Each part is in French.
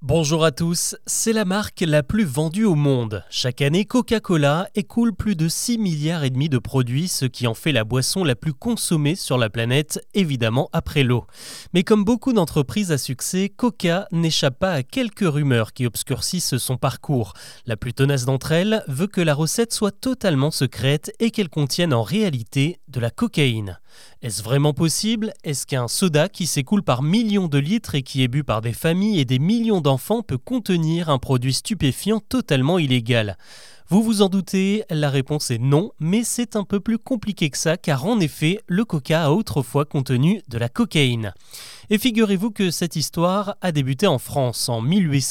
Bonjour à tous, c'est la marque la plus vendue au monde. Chaque année, Coca-Cola écoule plus de 6,5 milliards de produits, ce qui en fait la boisson la plus consommée sur la planète, évidemment après l'eau. Mais comme beaucoup d'entreprises à succès, Coca n'échappe pas à quelques rumeurs qui obscurcissent son parcours. La plus tenace d'entre elles veut que la recette soit totalement secrète et qu'elle contienne en réalité de la cocaïne. Est-ce vraiment possible ? Est-ce qu'un soda qui s'écoule par millions de litres et qui est bu par des familles et des millions d'enfants peut contenir un produit stupéfiant totalement illégal ? Vous vous en doutez, la réponse est non, mais c'est un peu plus compliqué que ça car en effet, le coca a autrefois contenu de la cocaïne. Et figurez-vous que cette histoire a débuté en France, en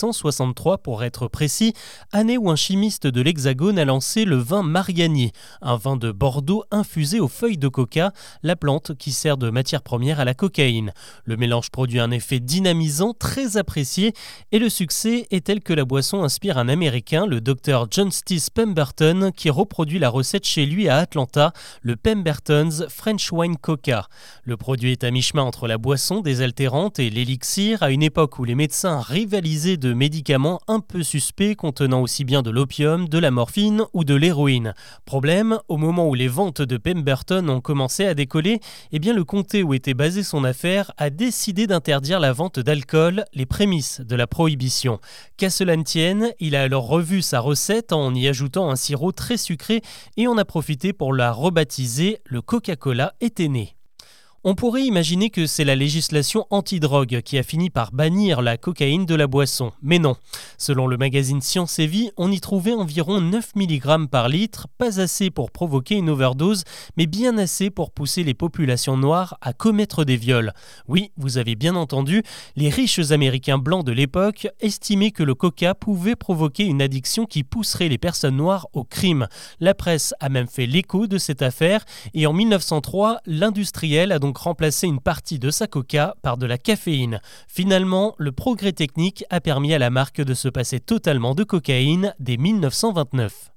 1863 pour être précis, année où un chimiste de l'Hexagone a lancé le vin Mariani, un vin de Bordeaux infusé aux feuilles de coca, la plante qui sert de matière première à la cocaïne. Le mélange produit un effet dynamisant très apprécié et le succès est tel que la boisson inspire un Américain, le Dr John Stice Pemberton, qui reproduit la recette chez lui à Atlanta, le Pemberton's French Wine Coca. Le produit est à mi-chemin entre la boisson désaltérante et l'élixir, à une époque où les médecins rivalisaient de médicaments un peu suspects contenant aussi bien de l'opium, de la morphine ou de l'héroïne. Problème, au moment où les ventes de Pemberton ont commencé à décoller, le comté où était basée son affaire a décidé d'interdire la vente d'alcool, les prémices de la prohibition. Qu'à cela ne tienne, il a alors revu sa recette en y ajoutant un sirop très sucré et en a profité pour la rebaptiser, le Coca-Cola était né. On pourrait imaginer que c'est la législation anti-drogue qui a fini par bannir la cocaïne de la boisson, mais non. Selon le magazine Science et Vie, on y trouvait environ 9 mg par litre, pas assez pour provoquer une overdose, mais bien assez pour pousser les populations noires à commettre des viols. Oui, vous avez bien entendu, les riches Américains blancs de l'époque estimaient que le coca pouvait provoquer une addiction qui pousserait les personnes noires au crime. La presse a même fait l'écho de cette affaire, et en 1903, l'industriel a donc remplacer une partie de sa coca par de la caféine. Finalement, le progrès technique a permis à la marque de se passer totalement de cocaïne dès 1929.